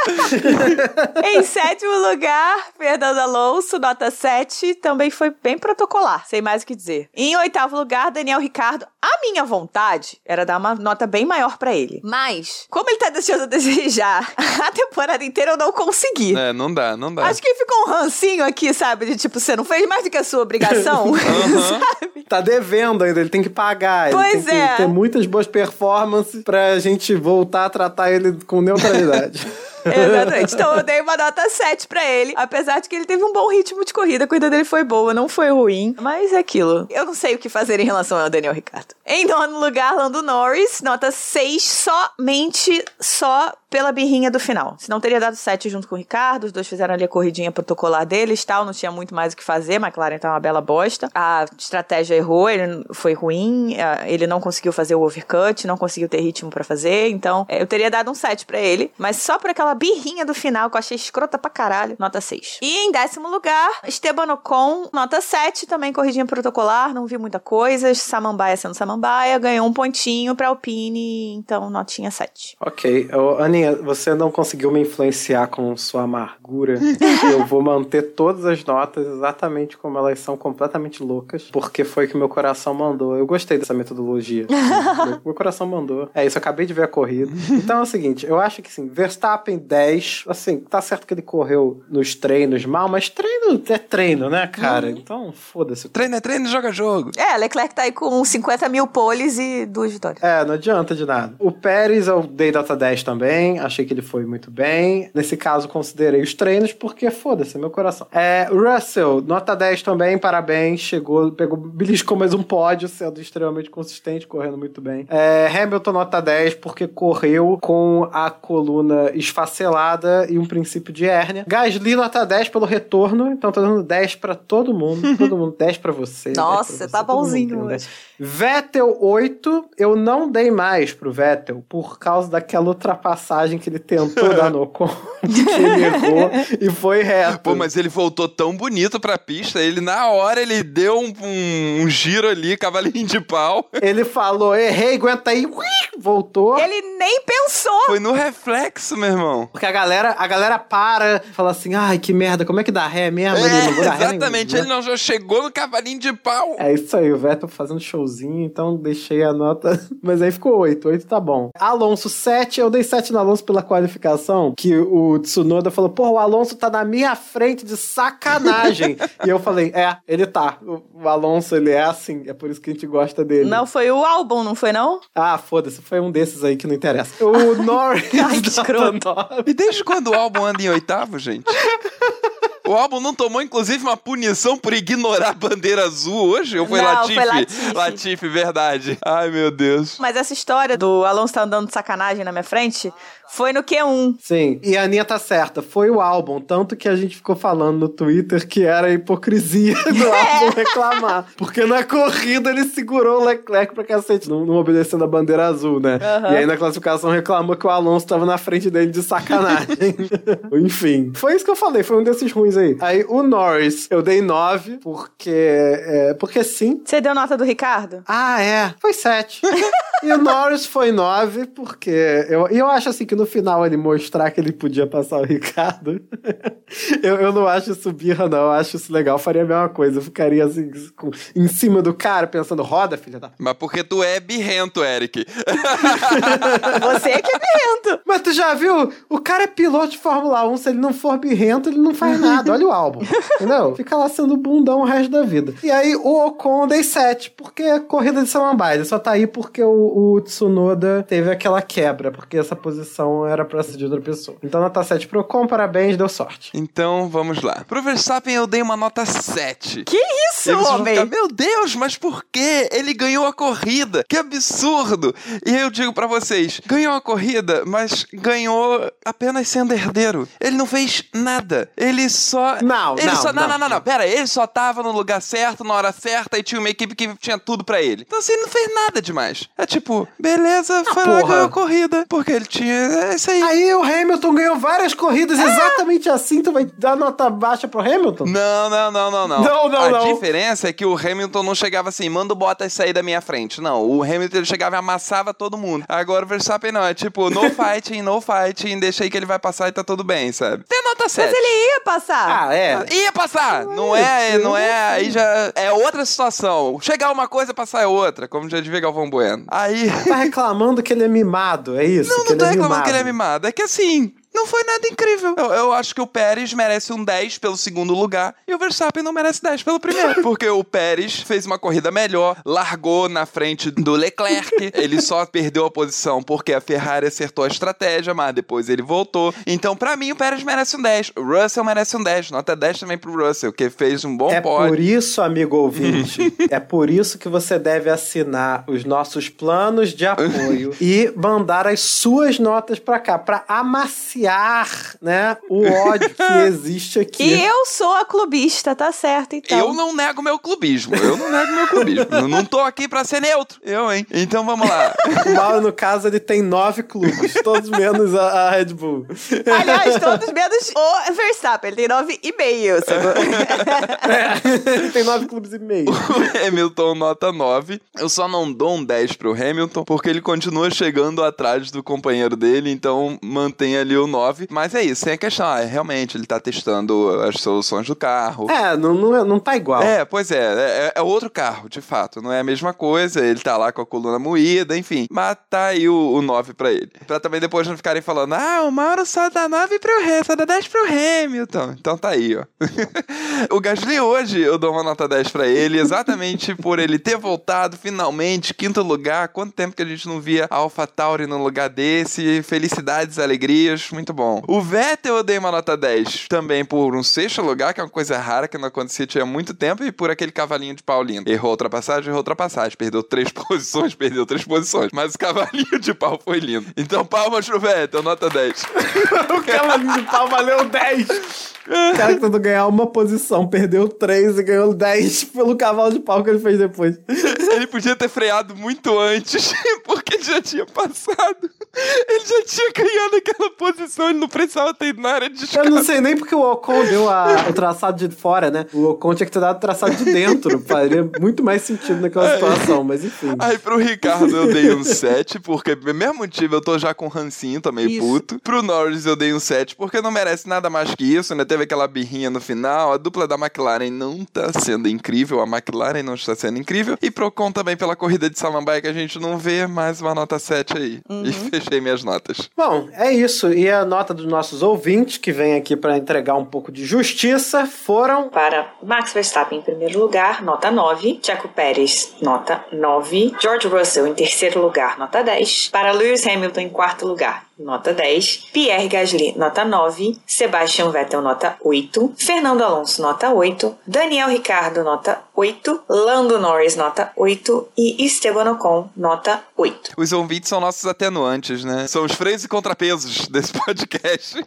Em sétimo lugar, Fernando Alonso, nota sete, também foi bem protocolar, sem mais o que dizer. Em oitavo lugar, Daniel Ricciardo. A minha vontade era dar uma nota bem maior pra ele. Mas, como ele tá deixando a desejar a temporada inteira, eu não consegui. É, não dá, não dá. Acho que ficou um rancinho aqui, sabe? De tipo, você não fez mais do que a sua obrigação, Uhum. sabe? Tá devendo ainda, ele tem que pagar. Ele Pois tem é. que ter muitas boas performances pra gente voltar a tratar ele com neutralidade. Exatamente. Então eu dei uma nota sete pra ele. Apesar de que ele teve um bom ritmo de corrida. A corrida dele foi boa, não foi ruim. Mas é aquilo. Eu não sei o que fazer em relação ao Daniel Ricciardo. Em nono lugar, Lando Norris. Nota seis, somente só pela birrinha do final. Se não teria dado sete junto com o Ricardo. Os dois fizeram ali a corridinha protocolar deles, tal. Não tinha muito mais o que fazer. McLaren tá uma bela bosta. A estratégia errou, ele foi ruim. Ele não conseguiu fazer o overcut, não conseguiu ter ritmo pra fazer. Então, eu teria dado um sete pra ele. Mas só por aquela birrinha do final, que eu achei escrota pra caralho, nota seis. E em décimo lugar, Esteban Ocon, nota sete, também corridinha protocolar, não vi muita coisa, Samambaia sendo Samambaia, ganhou um pontinho pra Alpine, então notinha sete. Ok, eu, Aninha, você não conseguiu me influenciar com sua amargura. Eu vou manter todas as notas exatamente como elas são, completamente loucas, porque foi que meu coração mandou. Eu gostei dessa metodologia. meu, meu coração mandou. É isso, eu acabei de ver a corrida. Então é o seguinte, eu acho que sim, Verstappen dez, assim, tá certo que ele correu nos treinos mal, mas treino é treino, né, cara? Hum. Então, foda-se. Treino é treino, joga jogo. É, Leclerc tá aí com cinquenta mil poles e duas vitórias. É, não adianta de nada. O Pérez eu dei nota dez também, achei que ele foi muito bem. Nesse caso, considerei os treinos, porque foda-se, meu coração. É, Russell, nota dez também, parabéns, chegou, pegou, beliscou mais um pódio, sendo extremamente consistente, correndo muito bem. É, Hamilton, nota dez, porque correu com a coluna esfacelada e um princípio de hérnia. Gasly, nota dez pelo retorno, então tô dando dez pra todo mundo, todo mundo, dez pra você. Nossa, você, tá bonzinho hoje. Vettel, oito, eu não dei mais pro Vettel, por causa daquela ultrapassagem que ele tentou dar no Ocon, que ele errou e foi reto. Pô, mas ele voltou tão bonito pra pista, ele na hora, ele deu um, um, um giro ali, cavalinho de pau. Ele falou, errei, aguenta aí, ui, voltou. Ele nem pensou. Foi no reflexo, meu irmão. Porque a galera, a galera para, fala assim, ai, que merda, como é que dá ré mesmo? É, ele não vou dar exatamente, ré, ele não já chegou no cavalinho de pau. É isso aí, o Vettel fazendo showzinho, então deixei a nota, mas aí ficou oito, oito tá bom. Alonso, sete, eu dei sete no Alonso pela qualificação, que o Tsunoda falou, porra, o Alonso tá na minha frente de sacanagem. E eu falei, é, ele tá, o, o Alonso, ele é assim, é por isso que a gente gosta dele. Não, foi o álbum, não foi não? Ah, foda-se, foi um desses aí que não interessa. O Norris, Ai, que escroto. E desde quando o álbum anda em oitavo, gente? O álbum não tomou, inclusive, uma punição por ignorar a bandeira azul hoje? Ou foi Não, Latifi? foi Latifi. Latifi, verdade. Ai, meu Deus. Mas essa história do Alonso tá andando de sacanagem na minha frente foi no Q um. Sim, e a Aninha tá certa, foi o álbum, tanto que a gente ficou falando no Twitter que era hipocrisia do álbum reclamar. Porque na corrida ele segurou o Leclerc pra cacete, não, não obedecendo a bandeira azul, né? Uhum. E aí na classificação reclamou que o Alonso tava na frente dele de sacanagem. Enfim, foi isso que eu falei, foi um desses ruins aí. Aí o Norris, eu dei nove, porque... É, porque sim. Você deu nota do Ricardo? Ah, é. Foi sete. E o Norris foi nove, porque... Eu, e eu acho assim que no final ele mostrar que ele podia passar o Ricardo. eu, eu não acho isso birra, não. Eu acho isso legal. Eu faria a mesma coisa. Eu ficaria assim, com, em cima do cara, pensando, roda, filha da... Mas porque tu é birrento, Eric. Você é que é birrento. Mas tu já viu? O cara é piloto de Fórmula um. Se ele não for birrento, ele não faz nada. Olha o álbum. Entendeu? Fica lá sendo bundão o resto da vida. E aí o Ocon dei sete, porque é corrida de Samambaia. Ele só tá aí porque o, o Tsunoda teve aquela quebra, porque essa posição era pra ser de outra pessoa. Então nota sete pro Ocon, parabéns, deu sorte. Então, vamos lá. Pro Verstappen eu dei uma nota sete. Que isso, Eles vão homem? ficar, meu Deus, mas por quê? Ele ganhou a corrida. Que absurdo. E eu digo pra vocês, ganhou a corrida, mas ganhou apenas sendo herdeiro. Ele não fez nada. Ele só... Não, ele não, só, não, não, não, não, não, não. pera, ele só tava no lugar certo, na hora certa, e tinha uma equipe que tinha tudo pra ele. Então, assim, ele não fez nada demais. É tipo, beleza, foi lá, porra. ganhou a corrida, porque ele tinha... É isso aí. Aí o Hamilton ganhou várias corridas exatamente assim, tu vai dar nota baixa pro Hamilton? Não, não, não, não, não. Não, não, a não. diferença é que o Hamilton não chegava assim, manda o Bottas sair da minha frente. Não, o Hamilton ele chegava e amassava todo mundo. Agora o Verstappen não, é tipo, no fighting, no fighting, deixa aí que ele vai passar e tá tudo bem, sabe? Tem nota sete. Mas ele ia passar. Ah, é. Ia passar, não é, não é, aí já é outra situação. Chegar uma coisa, passar é outra, como já devia Galvão Bueno. Aí... Tá reclamando que ele é mimado, é isso? Não, que não tô ele é reclamando mimado. que ele é mimado, é que assim... Não foi nada incrível. Eu, eu acho que o Pérez merece um dez pelo segundo lugar e o Verstappen não merece dez pelo primeiro. Porque o Pérez fez uma corrida melhor, largou na frente do Leclerc. Ele só perdeu a posição porque a Ferrari acertou a estratégia, mas depois ele voltou. Então, pra mim, o Pérez merece um dez. O Russell merece um dez. Nota dez também pro Russell, que fez um bom É pódio. por isso, amigo ouvinte, é por isso que você deve assinar os nossos planos de apoio e mandar as suas notas pra cá, pra amaciar, né, o ódio que existe aqui. E eu sou a clubista, tá certo, então. Eu não nego meu clubismo. Eu não nego meu clubismo. Eu não tô aqui pra ser neutro. Eu, hein? Então vamos lá. O Mauro, no caso, ele tem nove clubes, todos menos a, a Red Bull. Aliás, todos menos o Verstappen, ele tem nove e meio. É, ele tem nove clubes e meio. O Hamilton nota nove. Eu só não dou um dez pro Hamilton, porque ele continua chegando atrás do companheiro dele, então mantém ali o nove. Mas é isso, tem a questão. Ah, realmente, ele tá testando as soluções do carro. É, não, não, é- não tá igual. É, pois é, é, é outro carro, de fato, não é a mesma coisa, ele tá lá com a coluna moída, enfim, mas tá aí o, o nove pra ele. Pra também depois não ficarem falando, ah, o Mauro só dá nove pro Hamilton, só dá dez pro Hamilton, então tá aí, ó. O Gasly hoje, eu dou uma nota dez pra ele, exatamente por ele ter voltado, finalmente, quinto lugar, quanto tempo que a gente não via a AlphaTauri no lugar desse, felicidades, alegrias, muito bom. O Vettel eu dei uma nota dez, também por um sexto lugar, que é uma coisa rara que não acontecia tinha muito tempo, e por aquele cavalinho de pau lindo. Errou ultrapassagem, errou ultrapassagem, perdeu três posições, perdeu três posições, mas o cavalinho de pau foi lindo. Então palmas pro Vettel, nota dez. O cavalinho de pau valeu dez. O cara que tentou ganhar uma posição, perdeu três e ganhou dez pelo cavalo de pau que ele fez depois. Ele podia ter freado muito antes, porque ele já tinha passado. Ele já tinha ganhado aquela posição, ele não precisava ter ido na área de escape. Eu não sei nem porque o Ocon deu a- o traçado de fora, né? O Ocon tinha que ter dado o traçado de dentro. Faria muito mais sentido naquela situação, mas enfim. Aí pro Ricardo eu dei um sete, porque mesmo motivo eu tô já com rancinho, tô meio Isso. puto. Pro Norris eu dei um sete, porque não merece nada mais que isso, né? Teve aquela birrinha no final, a dupla da McLaren não tá sendo incrível, a McLaren não está sendo incrível. E pro Ocon também pela corrida de Samambaia que a gente não vê, mais uma nota sete aí. Uhum. E fechei minhas notas. Bom, é isso. E a nota dos nossos ouvintes, que vem aqui para entregar um pouco de justiça, foram... Para Max Verstappen em primeiro lugar, nota nove. Checo Pérez, nota nove. George Russell em terceiro lugar, nota dez. Para Lewis Hamilton em quarto lugar, nota dez. Pierre Gasly, nota nove. Sebastian Vettel, nota oito. Fernando Alonso, nota oito. Daniel Ricciardo, nota oito. Lando Norris, nota oito. E Esteban Ocon, nota oito. Os ouvintes são nossos atenuantes, né? São os freios e contrapesos desse podcast.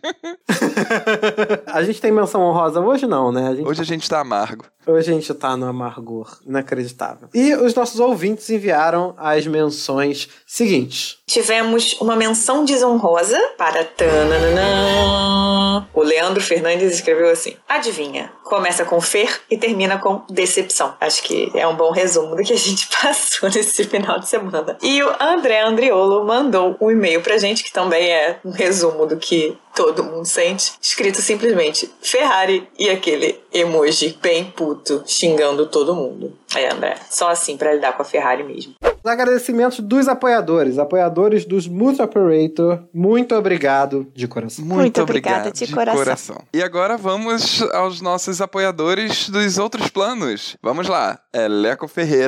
A gente tem menção honrosa hoje, não, né? A gente... Hoje a gente tá amargo. Hoje a gente tá no amargor inacreditável. E os nossos ouvintes enviaram as menções seguintes. Tivemos uma menção desonrosa para tananana. O Leandro Fernandes escreveu assim: adivinha, começa com Fer e termina com decepção. Acho que é um bom resumo do que a gente passou nesse final de semana. E o André Andriolo mandou um e-mail pra gente, que também é um resumo do que todo mundo sente, escrito simplesmente Ferrari e aquele emoji bem puto, xingando todo mundo. É, André, só assim pra lidar com a Ferrari mesmo. Os agradecimentos dos apoiadores, apoiadores dos Multi Operator, muito obrigado de coração. Muito, Muito obrigado obrigada de coração. E agora vamos aos nossos apoiadores dos outros planos. Vamos lá. É Leco Ferreira,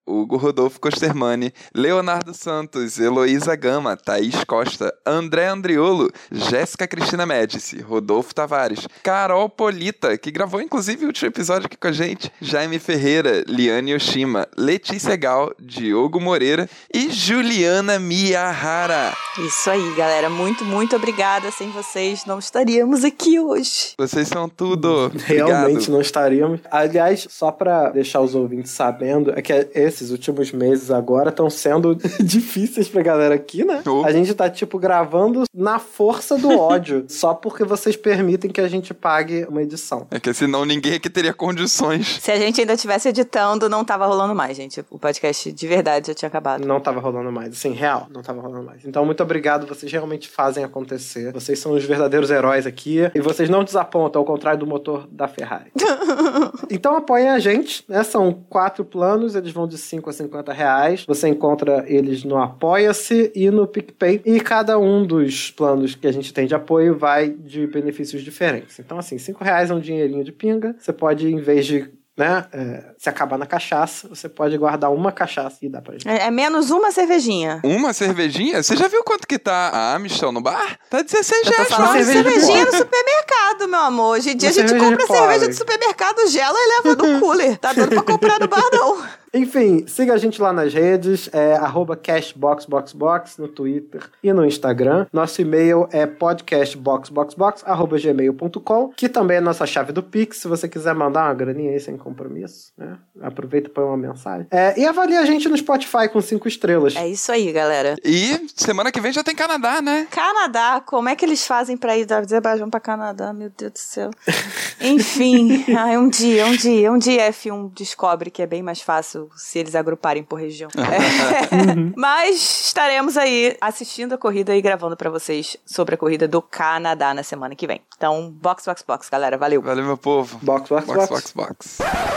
Hugo Rodolfo Costermani, Leonardo Santos, Heloísa Gama, Thaís Costa, André Andriolo, Jéssica Cristina Médici, Rodolfo Tavares, Carol Polita, que gravou inclusive o último episódio aqui com a gente, Jaime Ferreira, Liane Yoshima, Letícia Gal, Diogo Moreira e Juliana Miyahara. Isso aí, galera. Muito, muito obrigada. Sem vocês, não estaríamos aqui hoje. Vocês são tudo. Realmente Obrigado. não estaríamos. Aliás, só pra deixar os ouvintes sabendo, é que esses últimos meses agora estão sendo difíceis pra galera aqui, né? Oh. A gente tá, tipo, gravando na força do ódio, só porque vocês permitem que a gente pague uma edição. É que senão ninguém aqui teria condições. Se a gente ainda estivesse editando, não tava rolando mais, gente. O podcast de verdade já tinha acabado. Não tava rolando mais, assim, real, não tava rolando mais. Então, muito obrigado, vocês realmente fazem acontecer. Vocês são os verdadeiros heróis aqui e vocês não desapontam, ao contrário do motor da Ferrari. Então, apoiem a gente, né? São quatro planos, eles vão de cinco a cinquenta reais. Você encontra eles no Apoia-se e no PicPay. E cada um dos planos que a gente tem de apoio vai de benefícios diferentes. Então, assim, cinco reais é um dinheirinho de pinga. Você pode, em vez de né, é, se acabar na cachaça, você pode guardar uma cachaça e dar pra gente. É, é menos uma cervejinha. Uma cervejinha? Você já viu quanto que tá a Amistel no bar? Tá dezesseis Eu tô reais. falando de cerveja de cervejinha pobre. no supermercado, meu amor. Hoje em dia Uma a gente cerveja compra de pobre. cerveja do supermercado, gela e leva do cooler. Tá dando pra comprar no bar, não. Enfim, siga a gente lá nas redes, é arroba cashboxboxbox no Twitter e no Instagram. Nosso e-mail é podcastboxboxbox arroba gmail ponto com, que também é a nossa chave do Pix, se você quiser mandar uma graninha aí sem compromisso, né? Aproveita e põe uma mensagem. É, e avalie a gente no Spotify com cinco estrelas. É isso aí, galera. E semana que vem já tem Canadá, né? Canadá, como é que eles fazem pra ir da Azerbaijão pra Canadá? Meu Deus do céu. Enfim, ai, um dia, um dia, um dia F um descobre que é bem mais fácil se eles agruparem por região. É. Uhum. Mas estaremos aí assistindo a corrida e gravando pra vocês sobre a corrida do Canadá na semana que vem. Então, box, box, box, galera. Valeu. Valeu, meu povo. Box, box, Box, box. box, box.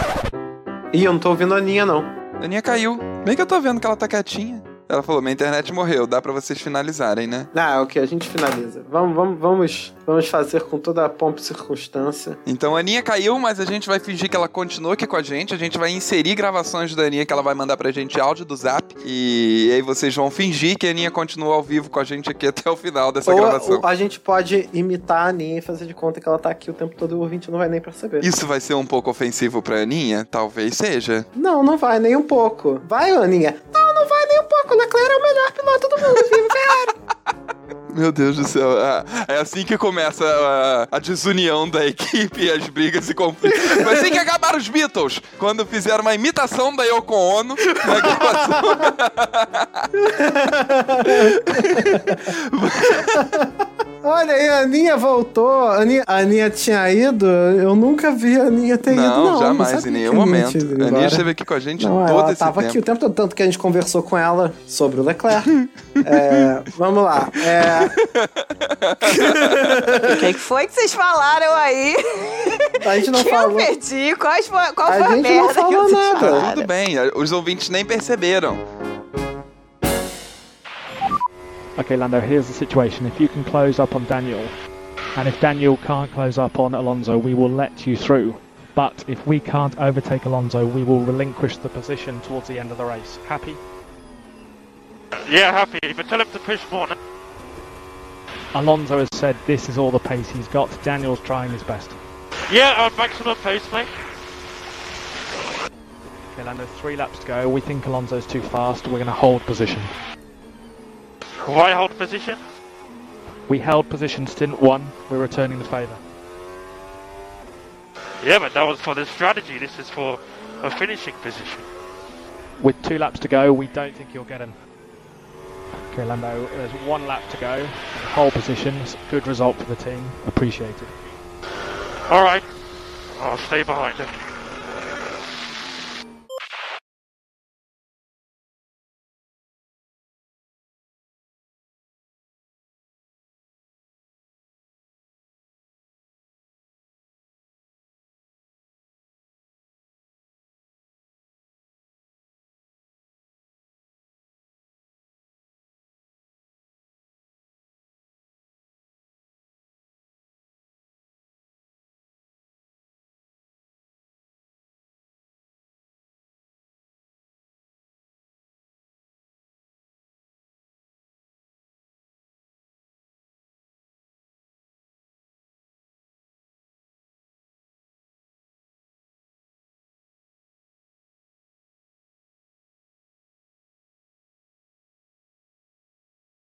Ih, eu não tô ouvindo a Aninha, não. A Aninha caiu. Bem que eu tô vendo que ela tá quietinha. Ela falou, minha internet morreu, dá pra vocês finalizarem, né? Ah, ok, a gente finaliza. Vamos, vamos, vamos, vamos fazer com toda a pompa e circunstância. Então a Aninha caiu, mas a gente vai fingir que ela continua aqui com a gente. A gente vai inserir gravações da Aninha que ela vai mandar pra gente áudio do Zap. E aí vocês vão fingir que a Aninha continua ao vivo com a gente aqui até o final dessa Ou, gravação. ou a gente pode imitar a Aninha e fazer de conta que ela tá aqui o tempo todo e o ouvinte não vai nem perceber. Isso vai ser um pouco ofensivo pra Aninha? Talvez seja. Não, não vai nem um pouco. Vai, Aninha? Não, não vai nem um pouco. Leclerc é o melhor piloto do mundo, viu, cara? Meu Deus do céu. É assim que começa a, a desunião da equipe, as brigas e conflitos. Foi assim que acabaram os Beatles, quando fizeram uma imitação da Yoko Ono na gravação. Olha aí, a Aninha voltou. A Aninha, a Aninha tinha ido. Eu nunca vi a Aninha ter não, ido, não. jamais, não em sabia nenhum que a Aninha momento. tinha ido A Aninha embora. esteve aqui com a gente Não, todo ela esse tava tempo. aqui o tempo todo, tanto que a gente conversou com ela sobre o Leclerc. É, vamos lá. É, O que foi que vocês falaram aí? a gente não que falou. eu perdi? Qual foi, qual A foi a gente não merda que falou vocês nada. falaram? Tudo bem, os ouvintes nem perceberam. Okay, Lando, here's the situation. If you can close up on Daniel, and if Daniel can't close up on Alonso, we will let you through. But if we can't overtake Alonso, we will relinquish the position towards the end of the race. Happy? Yeah, happy, but tell him to push more. No? Alonso has said this is all the pace he's got. Daniel's trying his best. Yeah, on maximum pace, mate. Okay, Lando, three laps to go. We think Alonso's too fast. We're going to hold position. Why hold position? We held position stint one. We're returning the favour. Yeah, but that was for the strategy. This is for a finishing position. With two laps to go, we don't think you'll get him. Okay, Lando, there's one lap to go. Hold positions. Good result for the team. Appreciated. Alright, I'll stay behind him.